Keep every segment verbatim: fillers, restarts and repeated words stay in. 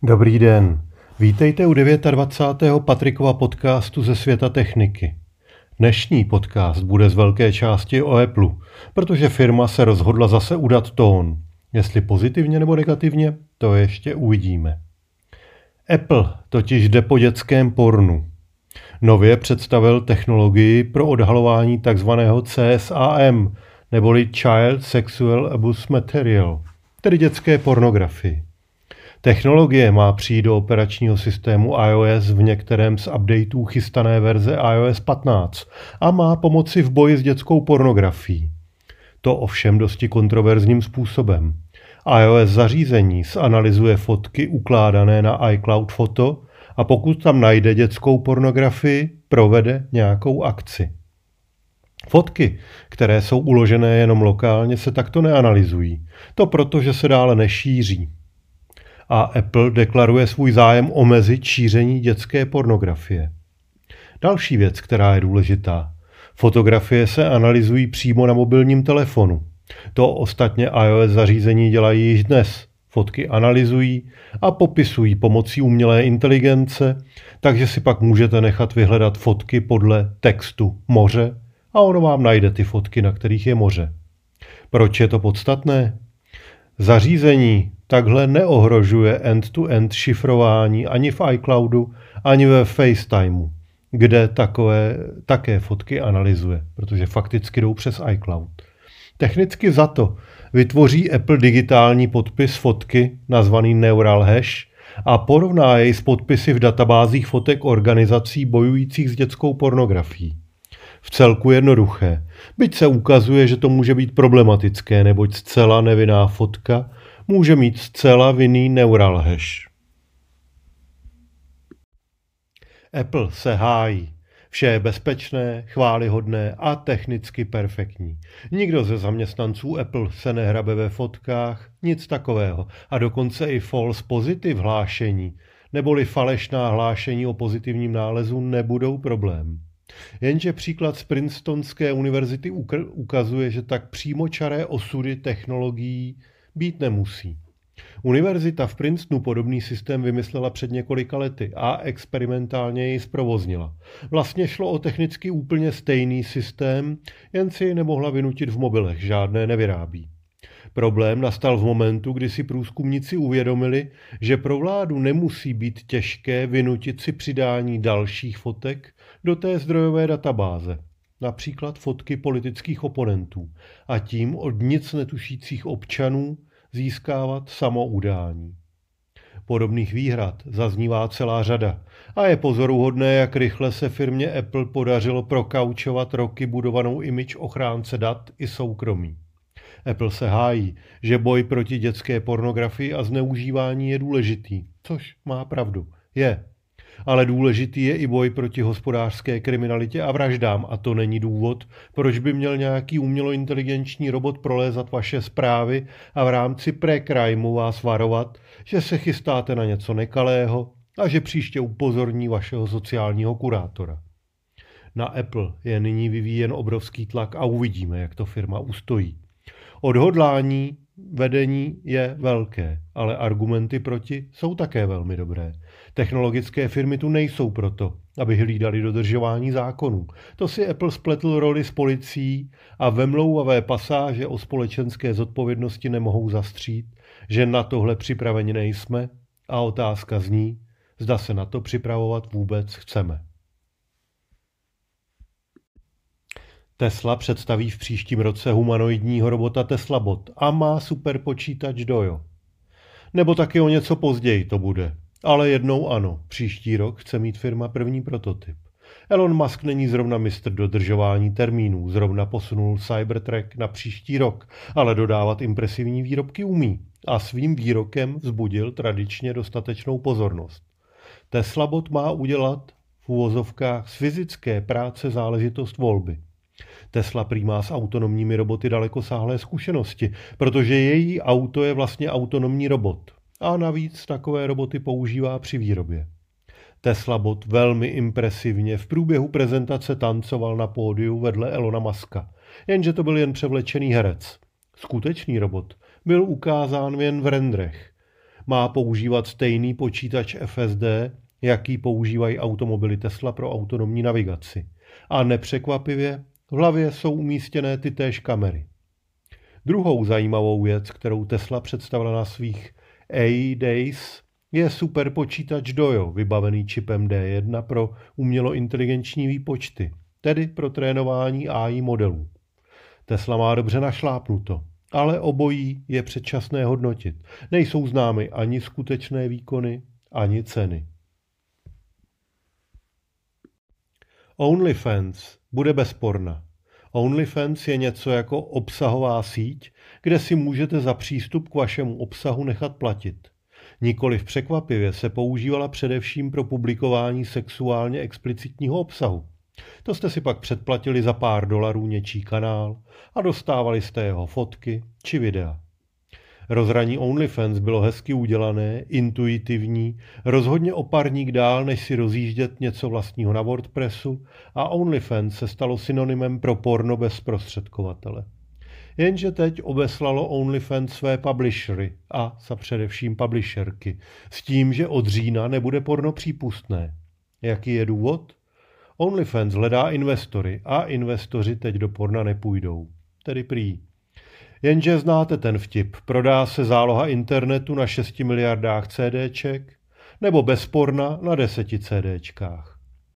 Dobrý den, vítejte u dvacátého devátého Patrikova podcastu ze světa techniky. Dnešní podcast bude z velké části o Apple, protože firma se rozhodla zase udat tón. Jestli pozitivně nebo negativně, to ještě uvidíme. Apple totiž jde po dětském pornu. Nově představil technologii pro odhalování tzv. C S A M, neboli Child Sexual Abuse Material, tedy dětské pornografii. Technologie má přijít do operačního systému iOS v některém z updateů chystané verze iOS patnáct a má pomoci v boji s dětskou pornografií. To ovšem dosti kontroverzním způsobem. iOS zařízení zanalyzuje fotky ukládané na iCloud Photo a pokud tam najde dětskou pornografii, provede nějakou akci. Fotky, které jsou uložené jenom lokálně, se takto neanalyzují. To proto, že se dále nešíří. A Apple deklaruje svůj zájem omezit šíření dětské pornografie. Další věc, která je důležitá. Fotografie se analyzují přímo na mobilním telefonu. To ostatně iOS zařízení dělají již dnes. Fotky analyzují a popisují pomocí umělé inteligence, takže si pak můžete nechat vyhledat fotky podle textu moře a ono vám najde ty fotky, na kterých je moře. Proč je to podstatné? Zařízení takhle neohrožuje end-to-end šifrování ani v iCloudu, ani ve FaceTimeu, kde takové také fotky analyzuje, protože fakticky jdou přes iCloud. Technicky za to vytvoří Apple digitální podpis fotky, nazvaný Neural Hash, a porovná jej s podpisy v databázích fotek organizací bojujících s dětskou pornografií. V celku jednoduché, byť se ukazuje, že to může být problematické, neboť zcela nevinná fotka může mít zcela vinný neural hash. Apple se hájí. Vše je bezpečné, chvályhodné a technicky perfektní. Nikdo ze zaměstnanců Apple se nehrabe ve fotkách, nic takového. A dokonce i false positive hlášení, neboli falešná hlášení o pozitivním nálezu nebudou problém. Jenže příklad z Princetonské univerzity ukazuje, že tak přímočaré osudy technologií být nemusí. Univerzita v Princetonu podobný systém vymyslela před několika lety a experimentálně jej zprovoznila. Vlastně šlo o technicky úplně stejný systém, jen si ji nemohla vynutit v mobilech, žádné nevyrábí. Problém nastal v momentu, kdy si průzkumníci uvědomili, že pro vládu nemusí být těžké vynutit si přidání dalších fotek do té zdrojové databáze, například fotky politických oponentů, a tím od nic netušících občanů získávat samoudání. Podobných výhrad zaznívá celá řada a je pozoruhodné, jak rychle se firmě Apple podařilo prokaučovat roky budovanou image ochránce dat i soukromí. Apple se hájí, že boj proti dětské pornografii a zneužívání je důležitý, což má pravdu, je. Ale důležitý je i boj proti hospodářské kriminalitě a vraždám a to není důvod, proč by měl nějaký umělointeligenční robot prolézat vaše zprávy a v rámci pre-crimeu vás varovat, že se chystáte na něco nekalého a že příště upozorní vašeho sociálního kurátora. Na Apple je nyní vyvíjen obrovský tlak a uvidíme, jak to firma ustojí. Odhodlání vedení je velké, ale argumenty proti jsou také velmi dobré. Technologické firmy tu nejsou proto, aby hlídali dodržování zákonů. To si Apple spletl roli s policií a vemlouvavé pasáže o společenské zodpovědnosti nemohou zastřít, že na tohle připraveni nejsme a otázka zní, zda se na to připravovat vůbec chceme. Tesla představí v příštím roce humanoidního robota Tesla Bot a má superpočítač Dojo. Nebo taky o něco později to bude. Ale jednou ano, příští rok chce mít firma první prototyp. Elon Musk není zrovna mistr dodržování termínů, zrovna posunul Cybertruck na příští rok, ale dodávat impresivní výrobky umí a svým výrokem vzbudil tradičně dostatečnou pozornost. Tesla Bot má udělat v uvozovkách z fyzické práce záležitost volby. Tesla prý má s autonomními roboty dalekosáhlé zkušenosti, protože její auto je vlastně autonomní robot a navíc takové roboty používá při výrobě. Tesla Bot velmi impresivně v průběhu prezentace tancoval na pódiu vedle Elona Muska, jenže to byl jen převlečený herec. Skutečný robot byl ukázán jen v renderech. má používat stejný počítač F S D, jaký používají automobily Tesla pro autonomní navigaci. A nepřekvapivě v hlavě jsou umístěné ty též kamery. Druhou zajímavou věc, kterou Tesla představila na svých A-Days, je superpočítač Dojo, vybavený čipem D jedna pro umělointeligenční výpočty, tedy pro trénování A I modelů. Tesla má dobře našlápnuto, ale obojí je předčasné hodnotit. Nejsou známy ani skutečné výkony, ani ceny. OnlyFans bude bez porna. OnlyFans je něco jako obsahová síť, kde si můžete za přístup k vašemu obsahu nechat platit. Nikoliv překvapivě se používala především pro publikování sexuálně explicitního obsahu. To jste si pak předplatili za pár dolarů něčí kanál a dostávali jste jeho fotky či videa. Rozhraní OnlyFans bylo hezky udělané, intuitivní, rozhodně o parník dál, než si rozjíždět něco vlastního na WordPressu, a OnlyFans se stalo synonymem pro porno bez zprostředkovatele. Jenže teď obeslalo OnlyFans své publishery a sa především publisherky s tím, že od října nebude porno přípustné. Jaký je důvod? OnlyFans hledá investory a investoři teď do porna nepůjdou. Tedy prý. Jenže znáte ten vtip. Prodá se záloha internetu na šesti miliardách CDček nebo bez porna na deseti CDčkách.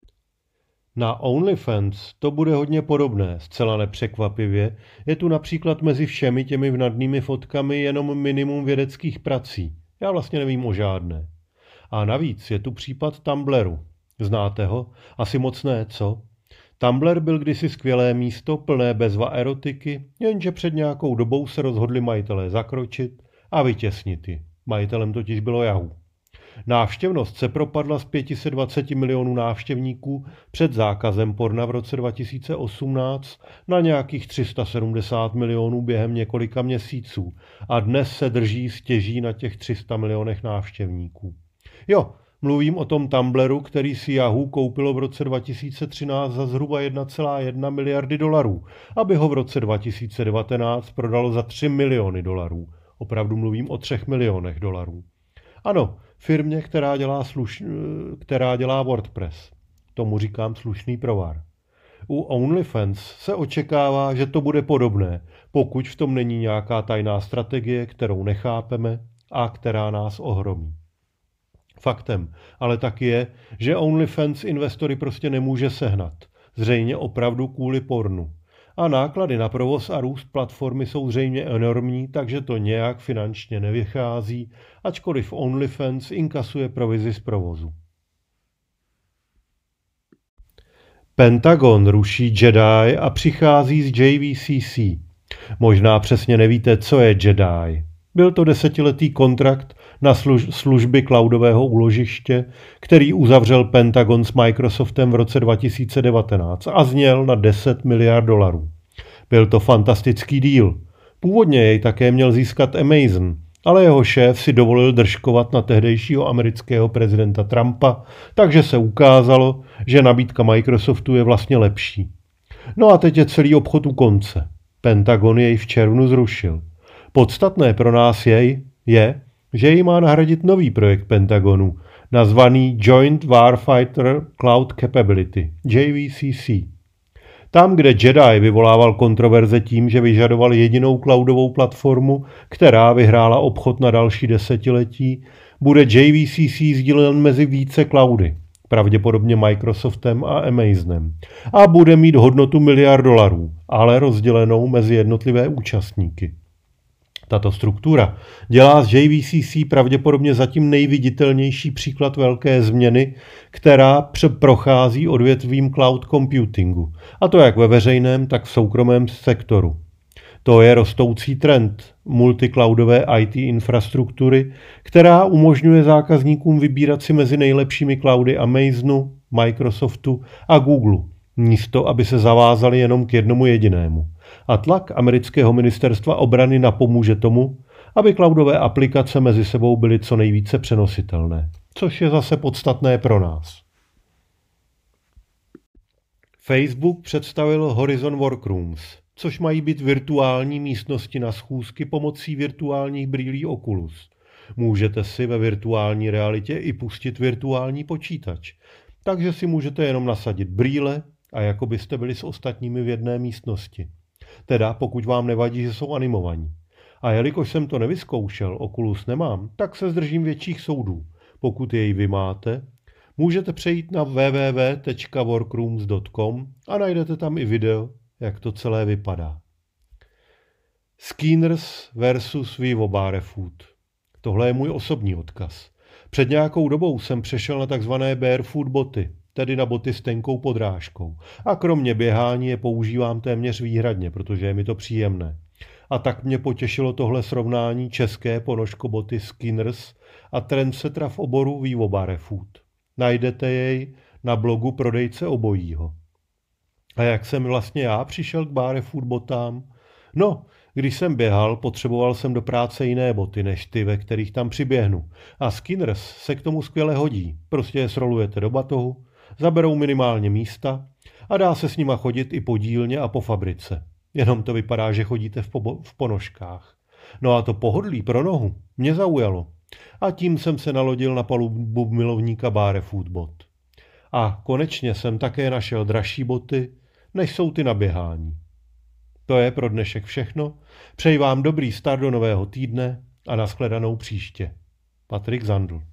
Na OnlyFans to bude hodně podobné, zcela nepřekvapivě. Je tu například mezi všemi těmi vnadnými fotkami jenom minimum vědeckých prací. Já vlastně nevím o žádné. A navíc je tu případ Tumblru. Znáte ho? Asi moc ne, co? Tumblr byl kdysi skvělé místo, plné bezva erotiky, jenže před nějakou dobou se rozhodli majitelé zakročit a vytěsnit ji. Majitelem totiž bylo Yahoo. Návštěvnost se propadla z pět set dvacet milionů návštěvníků před zákazem porna v roce dva tisíce osmnáct na nějakých tři sta sedmdesát milionů během několika měsíců a dnes se drží stěží na těch tři sta milionech návštěvníků. Jo, mluvím o tom Tumblru, který si Yahoo koupilo v roce dva tisíce třináct za zhruba jedna celá jedna miliardy dolarů, aby ho v roce dva tisíce devatenáct prodalo za tři miliony dolarů. Opravdu mluvím o třech milionech dolarů. Ano, firmě, která dělá, sluš... která dělá WordPress. Tomu říkám slušný provar. U OnlyFans se očekává, že to bude podobné, pokud v tom není nějaká tajná strategie, kterou nechápeme a která nás ohromí. Faktem ale taky je, že OnlyFans investory prostě nemůže sehnat. Zřejmě opravdu kvůli pornu. A náklady na provoz a růst platformy jsou zřejmě enormní, takže to nějak finančně nevychází, ačkoliv OnlyFans inkasuje provizi z provozu. Pentagon ruší Jedi a přichází s J V C C. Možná přesně nevíte, co je Jedi. Byl to desetiletý kontrakt na služ- služby cloudového úložiště, který uzavřel Pentagon s Microsoftem v roce dva tisíce devatenáct a zněl na deset miliard dolarů. Byl to fantastický díl. Původně jej také měl získat Amazon, ale jeho šéf si dovolil držkovat na tehdejšího amerického prezidenta Trumpa, takže se ukázalo, že nabídka Microsoftu je vlastně lepší. No a teď je celý obchod u konce. Pentagon jej v červnu zrušil. Podstatné pro nás jej je, že jej má nahradit nový projekt Pentagonu, nazvaný Joint Warfighter Cloud Capability, J V C C. Tam, kde Jedi vyvolával kontroverze tím, že vyžadoval jedinou cloudovou platformu, která vyhrála obchod na další desetiletí, bude J V C C sdílen mezi více cloudy, pravděpodobně Microsoftem a Amazonem, a bude mít hodnotu miliard dolarů, ale rozdělenou mezi jednotlivé účastníky. Tato struktura dělá z J V C C pravděpodobně zatím nejviditelnější příklad velké změny, která prochází odvětvím cloud computingu, a to jak ve veřejném, tak v soukromém sektoru. To je rostoucí trend multicloudové I T infrastruktury, která umožňuje zákazníkům vybírat si mezi nejlepšími cloudy Amazonu, Microsoftu a Google, místo aby se zavázali jenom k jednomu jedinému. A tlak amerického ministerstva obrany napomůže tomu, aby cloudové aplikace mezi sebou byly co nejvíce přenositelné, což je zase podstatné pro nás. Facebook představil Horizon Workrooms, což mají být virtuální místnosti na schůzky pomocí virtuálních brýlí Oculus. Můžete si ve virtuální realitě i pustit virtuální počítač. Takže si můžete jenom nasadit brýle a jako byste byli s ostatními v jedné místnosti. Teda pokud vám nevadí, že jsou animovaní. A jelikož jsem to nevyzkoušel, Oculus nemám, tak se zdržím větších soudů. Pokud jej vy máte, můžete přejít na w w w tečka workrooms tečka com a najdete tam i video, jak to celé vypadá. Skinners versus Vivo Barefoot. Tohle je můj osobní odkaz. Před nějakou dobou jsem přešel na takzvané barefoot boty, tedy na boty s tenkou podrážkou. A kromě běhání je používám téměř výhradně, protože je mi to příjemné. A tak mě potěšilo tohle srovnání české ponožkoboty Skinners a trendsetra v oboru Vivo Barefoot. Najdete jej na blogu prodejce obojího. A jak jsem vlastně já přišel k barefoot botám? No, když jsem běhal, potřeboval jsem do práce jiné boty než ty, ve kterých tam přiběhnu. A Skinners se k tomu skvěle hodí. Prostě je srolujete do batohu, zaberou minimálně místa a dá se s nima chodit i po dílně a po fabrice. Jenom to vypadá, že chodíte v, po- v ponožkách. No a to pohodlí pro nohu mě zaujalo. A tím jsem se nalodil na palubu milovníka barefoot bot. A konečně jsem také našel dražší boty, než jsou ty na běhání. To je pro dnešek všechno. Přeji vám dobrý start do nového týdne a nashledanou příště. Patrik Zandl.